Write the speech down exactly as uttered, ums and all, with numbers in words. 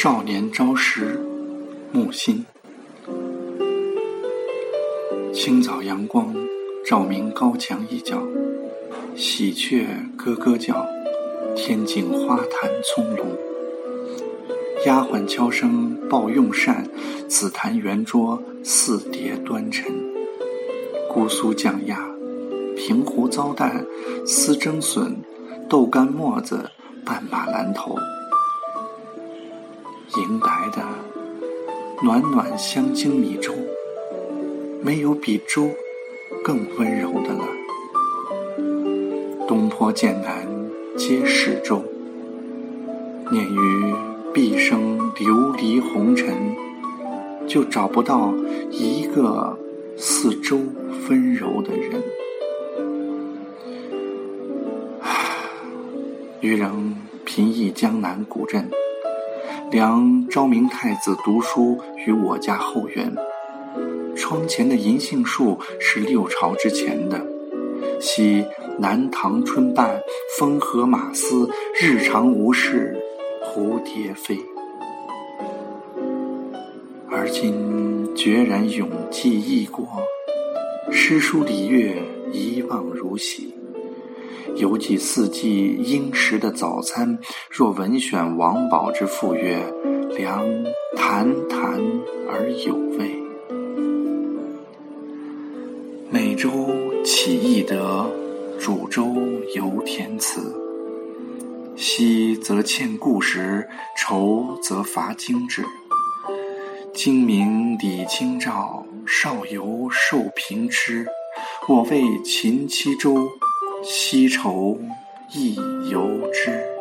少年朝时，木心。清早阳光照明高墙一角，喜鹊咯咯叫，天井花坛葱茏。丫鬟敲声报用膳，紫檀圆桌四碟端陈。姑苏酱鸭，平湖糟蛋，丝蒸笋，豆干沫子，半把蓝头。迎来的暖暖香精米粥，没有比粥更温柔的了。东坡剑南皆是粥，念于毕生流离红尘，就找不到一个似粥温柔的人。渔人频忆江南古镇，梁昭明太子读书于我家后园，窗前的银杏树是六朝之前的，昔南唐春半，风和马嘶，日长无事，蝴蝶飞。而今决然永继异国，诗书礼乐一忘如洗。犹记四季应时的早餐，若文选王宝之赋曰：良谈谈而有味。美粥起易得，煮粥犹填词。惜则欠故时，愁则乏精致。精明理清照，少游受平吃。我为秦期粥，西愁亦犹之。